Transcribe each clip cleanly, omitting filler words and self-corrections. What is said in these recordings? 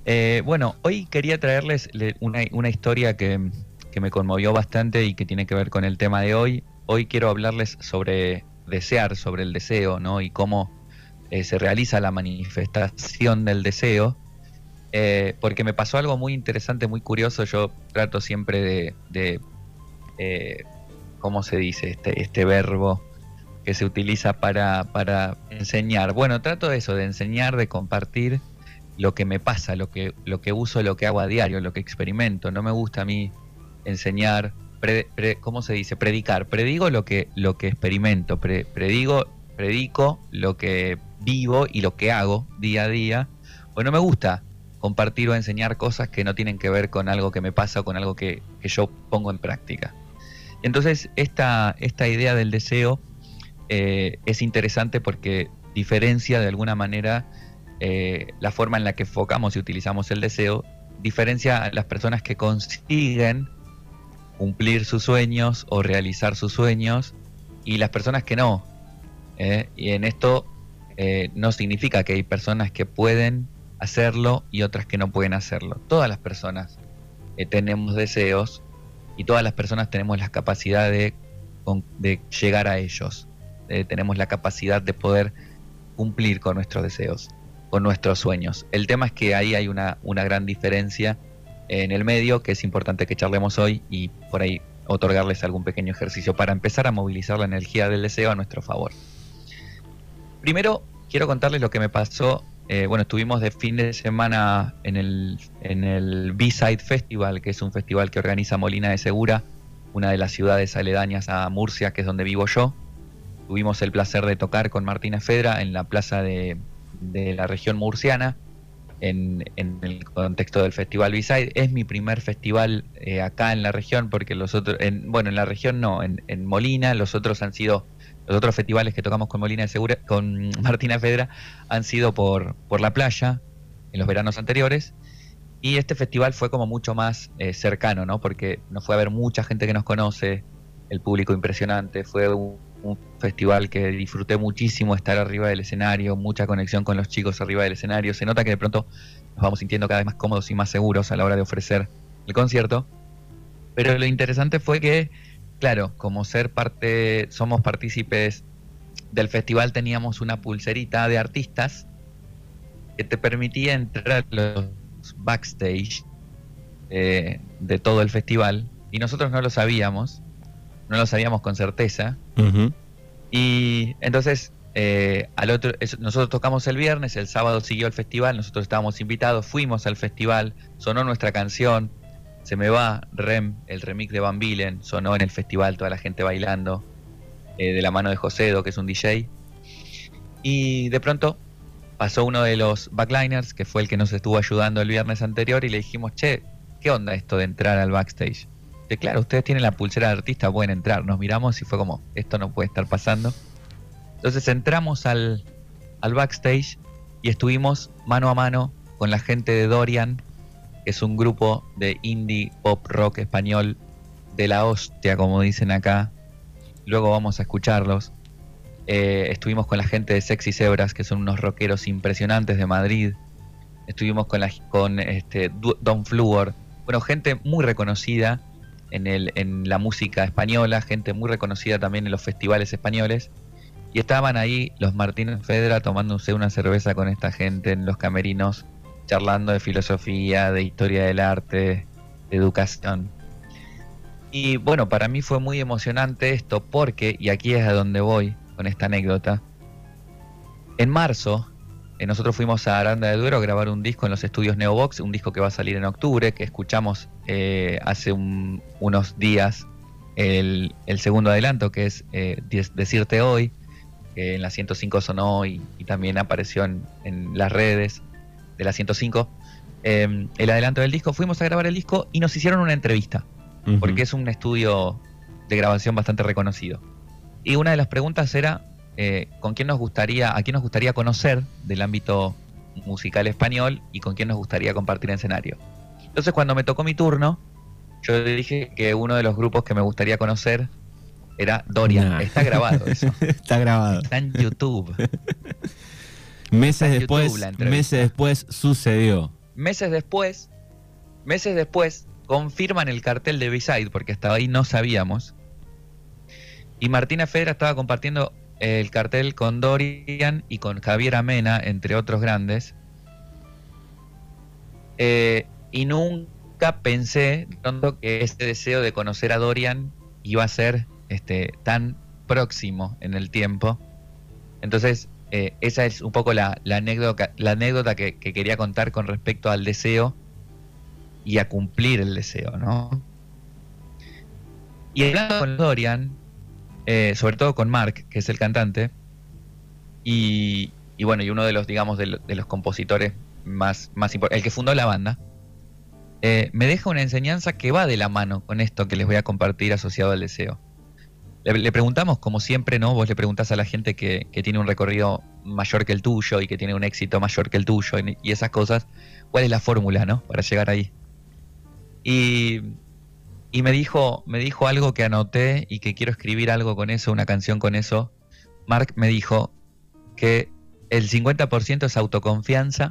Bueno, hoy quería traerles una historia que me conmovió bastante y que tiene que ver con el tema de hoy. Hoy quiero hablarles sobre desear, sobre el deseo, ¿no? Y cómo se realiza la manifestación del deseo. Porque me pasó algo muy interesante, muy curioso. Yo trato siempre de ¿cómo se dice? Este verbo que se utiliza para enseñar. Bueno, trato de eso, de enseñar, de compartir lo que me pasa, lo que uso, lo que hago a diario, lo que experimento. No me gusta a mí enseñar, ¿cómo se dice? Predicar. Predigo lo que experimento, predico lo que vivo y lo que hago día a día. Pues no me gusta compartir o enseñar cosas que no tienen que ver con algo que me pasa o con algo que yo pongo en práctica. Entonces, esta idea del deseo es interesante porque diferencia de alguna manera la forma en la que enfocamos y utilizamos el deseo, diferencia a las personas que consiguen cumplir sus sueños o realizar sus sueños y las personas que no. Y en esto no significa que hay personas que pueden hacerlo y otras que no pueden hacerlo. Todas las personas tenemos deseos y todas las personas tenemos la capacidad de llegar a ellos. Tenemos la capacidad de poder cumplir con nuestros deseos, con nuestros sueños. El tema es que ahí hay una gran diferencia en el medio que es importante que charlemos hoy y por ahí otorgarles algún pequeño ejercicio para empezar a movilizar la energía del deseo a nuestro favor. Primero, quiero contarles lo que me pasó. Bueno, estuvimos de fin de semana en el B-Side Festival, que es un festival que organiza Molina de Segura, una de las ciudades aledañas a Murcia, que es donde vivo yo. Tuvimos el placer de tocar con Martina Fedra en la plaza de la región murciana, en el contexto del Festival B-Side. Es mi primer festival acá en la región, porque los otros, en la región no, en Molina, los otros festivales que tocamos con Molina de Segura, con Martina Fedra, han sido por la playa en los veranos anteriores. Y este festival fue como mucho más cercano, ¿no? Porque nos fue a ver mucha gente que nos conoce, el público impresionante, fue un festival que disfruté muchísimo estar arriba del escenario, mucha conexión con los chicos arriba del escenario. Se nota que de pronto nos vamos sintiendo cada vez más cómodos y más seguros a la hora de ofrecer el concierto. Pero lo interesante fue que, claro, como somos partícipes del festival, teníamos una pulserita de artistas que te permitía entrar a los backstage de todo el festival, y nosotros no lo sabíamos con certeza. Uh-huh. Y entonces nosotros tocamos el viernes, el sábado siguió el festival, nosotros estábamos invitados, fuimos al festival, sonó nuestra canción, Se me va, Rem, el remix de Van Bilen, sonó en el festival, toda la gente bailando, de la mano de Josedo, que es un DJ. Y de pronto pasó uno de los backliners, que fue el que nos estuvo ayudando el viernes anterior, y le dijimos, che, ¿qué onda esto de entrar al backstage? De claro, ustedes tienen la pulsera de artista, pueden entrar. Nos miramos y fue como, esto no puede estar pasando. Entonces entramos al backstage y estuvimos mano a mano con la gente de Dorian, que es un grupo de indie pop rock español de la hostia, como dicen acá. Luego vamos a escucharlos. Estuvimos con la gente de Sexy Zebras, que son unos rockeros impresionantes de Madrid. Estuvimos con Don Fluor. Bueno, gente muy reconocida en la música española, gente muy reconocida también en los festivales españoles. Y estaban ahí los Martínez Fedra tomándose una cerveza con esta gente en los camerinos, charlando de filosofía, de historia del arte, de educación. Y bueno, para mí fue muy emocionante esto porque, y aquí es a donde voy con esta anécdota, en marzo nosotros fuimos a Aranda de Duero a grabar un disco en los estudios Neobox, un disco que va a salir en octubre, que escuchamos hace unos días el segundo adelanto, que es Decirte Hoy, que en la 105 sonó y también apareció en las redes de la 105. El adelanto del disco, fuimos a grabar el disco y nos hicieron una entrevista, uh-huh, porque es un estudio de grabación bastante reconocido. Y una de las preguntas era a quién nos gustaría conocer del ámbito musical español y con quién nos gustaría compartir escenario. Entonces, cuando me tocó mi turno, yo dije que uno de los grupos que me gustaría conocer era Dorian. Nah. Está grabado eso. Está grabado. Está en YouTube. Meses después sucedió. Meses después, confirman el cartel de B-Side, porque hasta ahí no sabíamos. Y Martina Fedra estaba compartiendo el cartel con Dorian y con Javier Amena, entre otros grandes. Y nunca pensé de pronto que este deseo de conocer a Dorian iba a ser tan próximo en el tiempo. Entonces, esa es un poco la anécdota que quería contar con respecto al deseo y a cumplir el deseo, ¿no? Y hablando con Dorian, sobre todo con Mark, que es el cantante, y bueno, y uno de los, digamos, de los compositores más importantes, el que fundó la banda, me deja una enseñanza que va de la mano con esto que les voy a compartir asociado al deseo. Le preguntamos, como siempre, ¿no? Vos le preguntás a la gente que tiene un recorrido mayor que el tuyo y que tiene un éxito mayor que el tuyo y esas cosas, ¿cuál es la fórmula, ¿no? Para llegar ahí. Y me dijo algo que anoté y que quiero escribir algo con eso, una canción con eso. Mark me dijo que el 50% es autoconfianza,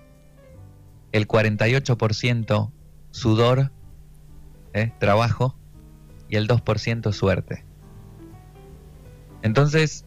el 48% sudor, trabajo, y el 2% suerte. Entonces,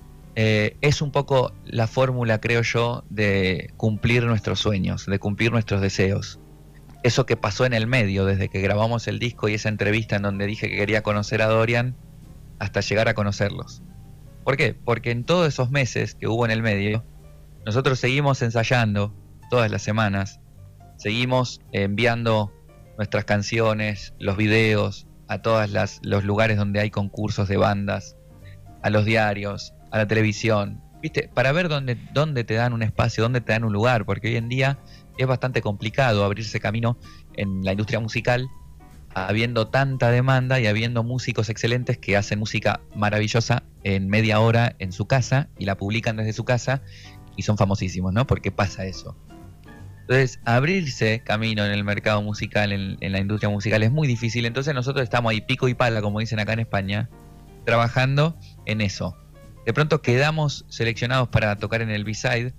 es un poco la fórmula, creo yo, de cumplir nuestros sueños, de cumplir nuestros deseos. Eso que pasó en el medio, desde que grabamos el disco y esa entrevista en donde dije que quería conocer a Dorian, hasta llegar a conocerlos. ¿Por qué? Porque en todos esos meses que hubo en el medio, nosotros seguimos ensayando todas las semanas, seguimos enviando nuestras canciones, los videos, a todos los lugares donde hay concursos de bandas, a los diarios, a la televisión, ¿viste? Para ver dónde te dan un espacio, dónde te dan un lugar, porque hoy en día es bastante complicado abrirse camino en la industria musical, habiendo tanta demanda y habiendo músicos excelentes que hacen música maravillosa en media hora en su casa y la publican desde su casa y son famosísimos, ¿no? ¿Por qué pasa eso? Entonces, abrirse camino en el mercado musical, en la industria musical, es muy difícil. Entonces nosotros estamos ahí pico y pala, como dicen acá en España, trabajando en eso. De pronto quedamos seleccionados para tocar en el B-Side,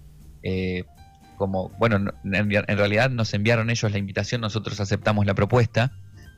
como, bueno, en realidad nos enviaron ellos la invitación, nosotros aceptamos la propuesta,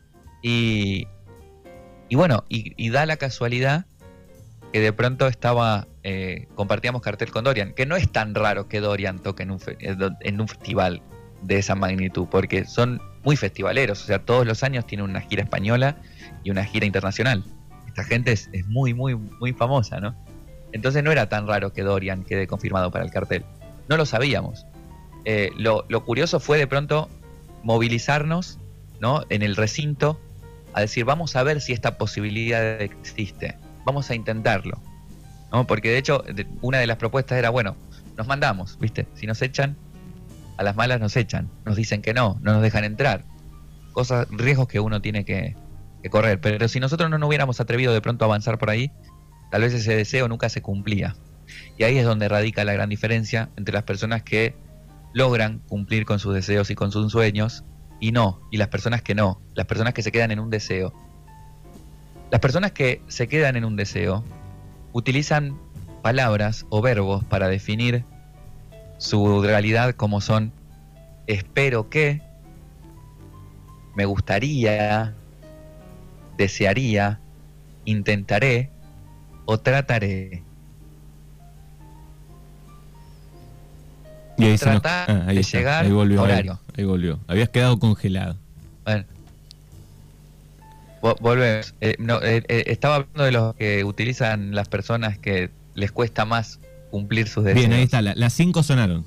y bueno, y da la casualidad que de pronto compartíamos cartel con Dorian, que no es tan raro que Dorian toque en un festival de esa magnitud, porque son muy festivaleros, o sea, todos los años tienen una gira española y una gira internacional. Esta gente es muy, muy, muy famosa, ¿no? Entonces no era tan raro que Dorian quede confirmado para el cartel. No lo sabíamos. Lo curioso fue de pronto movilizarnos, ¿no?, en el recinto, a decir, vamos a ver si esta posibilidad existe, vamos a intentarlo, ¿no? Porque de hecho una de las propuestas era, bueno, nos mandamos, ¿viste? Si nos echan, a las malas nos echan, nos dicen que no nos dejan entrar, riesgos que uno tiene que correr. Pero si nosotros no nos hubiéramos atrevido de pronto a avanzar por ahí, tal vez ese deseo nunca se cumplía. Y ahí es donde radica la gran diferencia entre las personas que logran cumplir con sus deseos y con sus sueños y las personas que no, las personas que se quedan en un deseo. Las personas que se quedan en un deseo utilizan palabras o verbos para definir su realidad, como son espero que, me gustaría, desearía, intentaré o trataré. Y ahí tratar ahí de está, llegar ahí volvió, a horario. Ahí volvió. Habías quedado congelado. Bueno, volvemos. Estaba hablando de los que utilizan las que les cuesta más cumplir sus deseos. Bien, ahí está. Las 5 sonaron.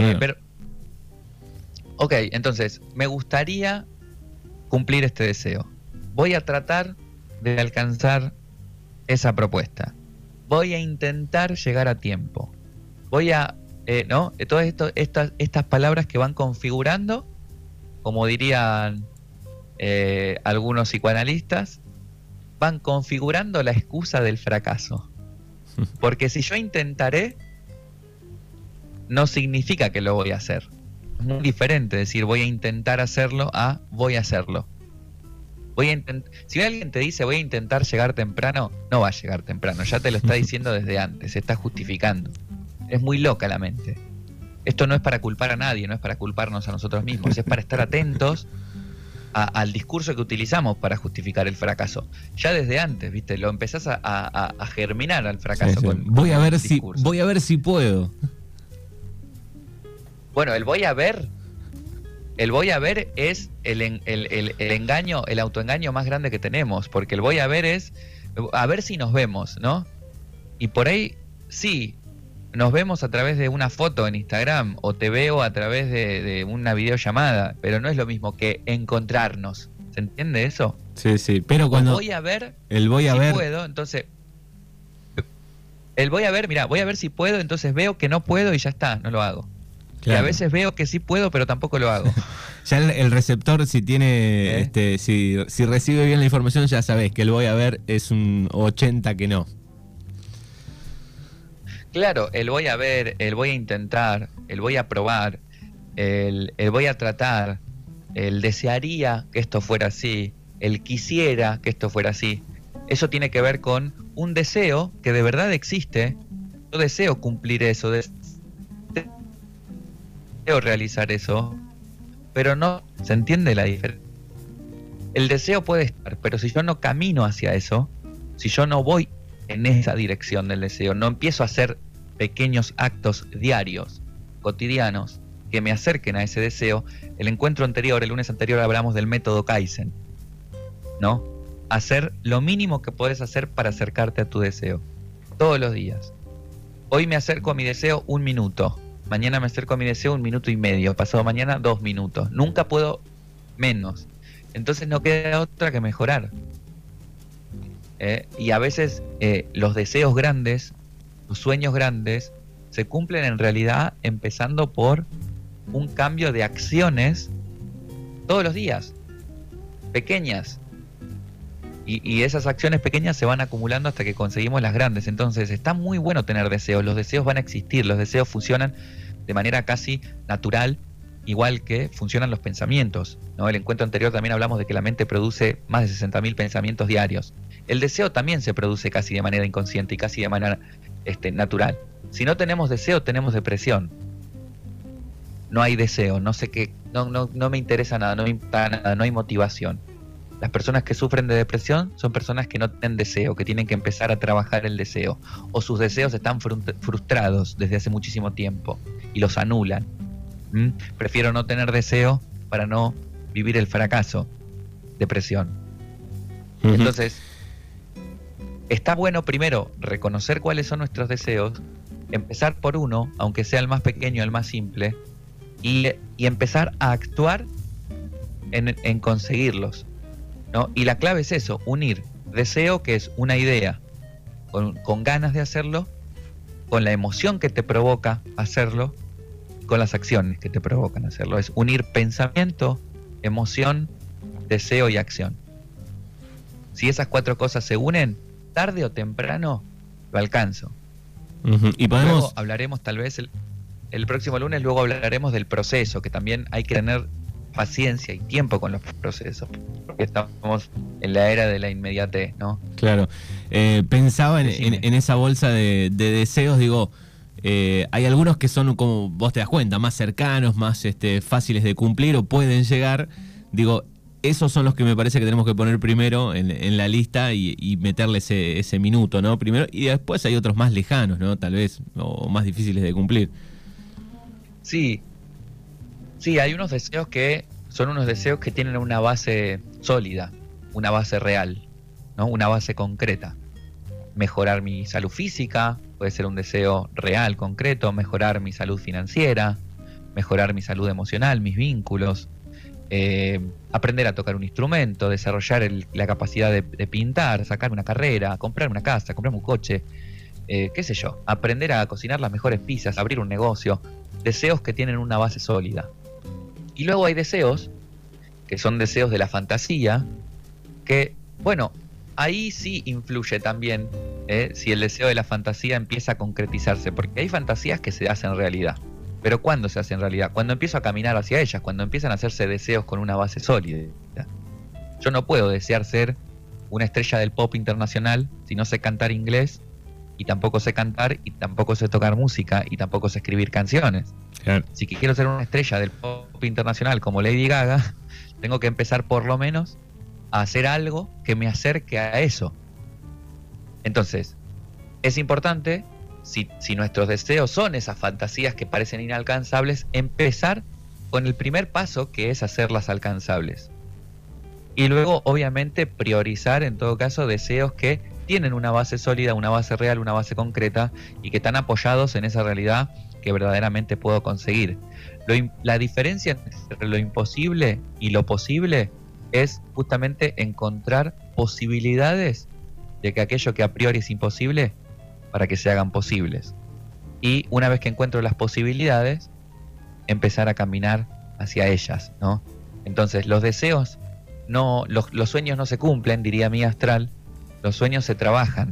Ok, entonces, me gustaría cumplir este deseo. Voy a tratar de alcanzar esa propuesta. Voy a intentar llegar a tiempo. Voy a, ¿no? Todas estas palabras que van configurando, como dirían algunos psicoanalistas, van configurando la excusa del fracaso. Porque si yo intentaré, no significa que lo voy a hacer. Es muy diferente decir voy a intentar hacerlo a voy a hacerlo. Si alguien te dice voy a intentar llegar temprano, no va a llegar temprano, ya te lo está diciendo desde antes, se está justificando. Es muy loca la mente. Esto no es para culpar a nadie, no es para culparnos a nosotros mismos, es para estar atentos al discurso que utilizamos para justificar el fracaso. Ya desde antes, ¿viste? Lo empezás a germinar al fracaso. Sí. Voy a ver si puedo. Bueno, el voy a ver es el engaño, el autoengaño más grande que tenemos, porque el voy a ver es a ver si nos vemos, ¿no? Y por ahí sí, nos vemos a través de una foto en Instagram o te veo a través de una videollamada, pero no es lo mismo que encontrarnos. ¿Se entiende eso? Sí, pero cuando voy a ver si puedo, entonces voy a ver si puedo, entonces veo que no puedo y ya está, no lo hago. Claro. Y a veces veo que sí puedo, pero tampoco lo hago. Ya el receptor, si tiene, si recibe bien la información, ya sabés que el voy a ver es un 80 que no. Claro, el voy a ver, el voy a intentar, el voy a probar, el voy a tratar, el desearía que esto fuera así, el quisiera que esto fuera así. Eso tiene que ver con un deseo que de verdad existe. Yo deseo cumplir eso, deseo realizar eso, pero no se entiende la diferencia. El deseo puede estar, pero si yo no camino hacia eso, si yo no voy en esa dirección del deseo, no empiezo a hacer pequeños actos diarios, cotidianos, que me acerquen a ese deseo. El encuentro anterior, el lunes anterior, hablamos del método Kaizen, ¿no? Hacer lo mínimo que puedes hacer para acercarte a tu deseo, todos los días. Hoy me acerco a mi deseo 1 minuto, mañana me acerco a mi deseo 1 minuto y medio, pasado mañana 2 minutos, nunca puedo menos. Entonces no queda otra que mejorar. Y a veces los deseos grandes, los sueños grandes, se cumplen en realidad empezando por un cambio de acciones todos los días, pequeñas. Y esas acciones pequeñas se van acumulando hasta que conseguimos las grandes. Entonces está muy bueno tener deseos, los deseos van a existir, los deseos funcionan de manera casi natural, igual que funcionan los pensamientos, ¿no? El encuentro anterior también hablamos de que la mente produce más de 60.000 pensamientos diarios. El deseo también se produce casi de manera inconsciente y casi de manera natural. Si no tenemos deseo, tenemos depresión. No hay deseo, no sé qué, no me interesa nada, no me importa nada, no hay motivación. Las personas que sufren de depresión son personas que no tienen deseo, que tienen que empezar a trabajar el deseo, o sus deseos están frustrados desde hace muchísimo tiempo y los anulan. Prefiero no tener deseo para no vivir el fracaso. Depresión. Entonces, está bueno primero reconocer cuáles son nuestros deseos, empezar por uno, aunque sea el más pequeño, el más simple, y empezar a actuar en conseguirlos, ¿no? Y la clave es eso, unir deseo, que es una idea, con ganas de hacerlo, con la emoción que te provoca hacerlo, con las acciones que te provocan hacerlo. Es unir pensamiento, emoción, deseo y acción. Si esas 4 cosas se unen, tarde o temprano lo alcanzo. Y podemos... Luego hablaremos tal vez el próximo lunes, luego hablaremos del proceso, que también hay que tener paciencia y tiempo con los procesos, porque estamos en la era de la inmediatez, ¿no? Claro. Pensaba en esa bolsa de deseos, digo, hay algunos que son, como vos te das cuenta, más cercanos, más fáciles de cumplir o pueden llegar. Digo, esos son los que me parece que tenemos que poner primero en la lista y meterle ese minuto, ¿no? Primero, y después hay otros más lejanos, ¿no? Tal vez, o más difíciles de cumplir. Sí, hay unos deseos que son unos deseos que tienen una base sólida, una base real, ¿no? Una base concreta. Mejorar mi salud física, puede ser un deseo real, concreto, mejorar mi salud financiera, mejorar mi salud emocional, mis vínculos, aprender a tocar un instrumento, desarrollar la capacidad de pintar, sacar una carrera, comprar una casa, comprar un coche, qué sé yo, aprender a cocinar las mejores pizzas, abrir un negocio, deseos que tienen una base sólida. Y luego hay deseos, que son deseos de la fantasía, que, bueno, ahí sí influye también si el deseo de la fantasía empieza a concretizarse, porque hay fantasías que se hacen realidad. Pero ¿cuándo se hacen realidad? Cuando empiezo a caminar hacia ellas, cuando empiezan a hacerse deseos con una base sólida. Yo no puedo desear ser una estrella del pop internacional si no sé cantar inglés y tampoco sé cantar, y tampoco sé tocar música, y tampoco sé escribir canciones. Claro. Si que quiero ser una estrella del pop internacional como Lady Gaga, tengo que empezar por lo menos a hacer algo que me acerque a eso. Entonces, es importante, si nuestros deseos son esas fantasías que parecen inalcanzables, empezar con el primer paso, que es hacerlas alcanzables. Y luego, obviamente, priorizar en todo caso deseos que tienen una base sólida, una base real, una base concreta, y que están apoyados en esa realidad que verdaderamente puedo conseguir. La diferencia entre lo imposible y lo posible es justamente encontrar posibilidades de que aquello que a priori es imposible, para que se hagan posibles. Y una vez que encuentro las posibilidades, empezar a caminar hacia ellas, ¿no? Entonces, los deseos, los sueños no se cumplen, diría mi astral, los sueños se trabajan.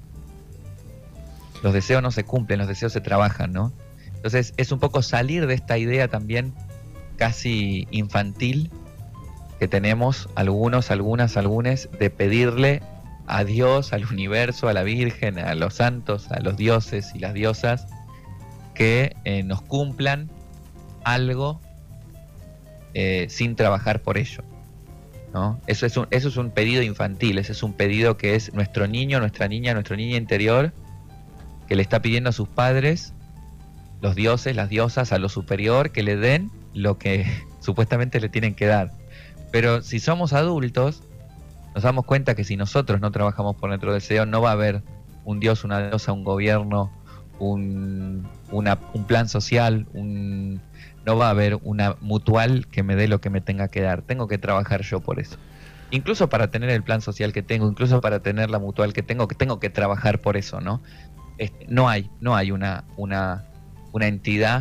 Los deseos no se cumplen, los deseos se trabajan, ¿no? Entonces, es un poco salir de esta idea también casi infantil que tenemos algunos, algunas, de pedirle a Dios, al universo, a la Virgen, a los santos, a los dioses y las diosas, que nos cumplan algo sin trabajar por ello, ¿no? Eso es un pedido infantil, ese es un pedido que es nuestro niño, nuestra niña, nuestro niño interior, que le está pidiendo a sus padres, los dioses, las diosas, a lo superior, que le den lo que supuestamente le tienen que dar. Pero si somos adultos, nos damos cuenta que si nosotros no trabajamos por nuestro deseo, no va a haber un dios, una diosa, un gobierno, un plan social, no va a haber una mutual que me dé lo que me tenga que dar. Tengo que trabajar yo por eso. Incluso para tener el plan social que tengo, incluso para tener la mutual que tengo que trabajar por eso, ¿no? No hay una entidad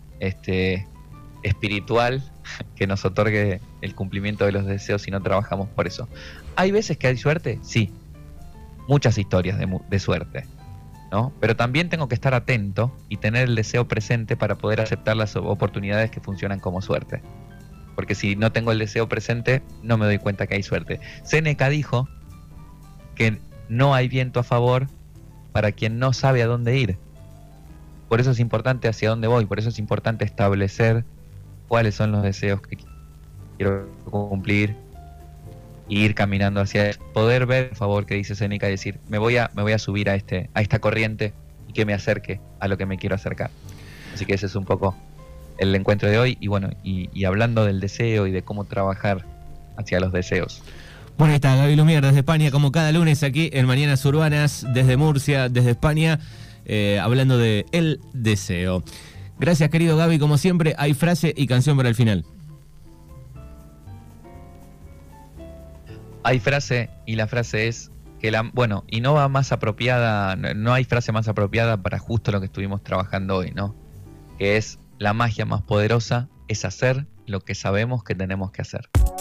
espiritual que nos otorgue el cumplimiento de los deseos si no trabajamos por eso. ¿Hay veces que hay suerte? Sí. Muchas historias de suerte, ¿no? Pero también tengo que estar atento y tener el deseo presente para poder aceptar las oportunidades que funcionan como suerte. Porque si no tengo el deseo presente, no me doy cuenta que hay suerte. Séneca dijo que no hay viento a favor para quien no sabe a dónde ir. Por eso es importante hacia dónde voy, por eso es importante establecer cuáles son los deseos que quiero cumplir y ir caminando hacia él. Poder ver el favor que dice Séneca y decir, me voy a subir a esta corriente y que me acerque a lo que me quiero acercar. Así que ese es un poco el encuentro de hoy, y bueno, y hablando del deseo y de cómo trabajar hacia los deseos. Bueno, ahí está Gaby Lumière desde España, como cada lunes aquí en Mañanas Urbanas, desde Murcia, desde España, hablando de el deseo. Gracias, querido Gaby, como siempre. Hay frase y canción para el final. Hay frase, y la frase es que y no va más apropiada, no hay frase más apropiada para justo lo que estuvimos trabajando hoy, ¿no? Que es: la magia más poderosa es hacer lo que sabemos que tenemos que hacer.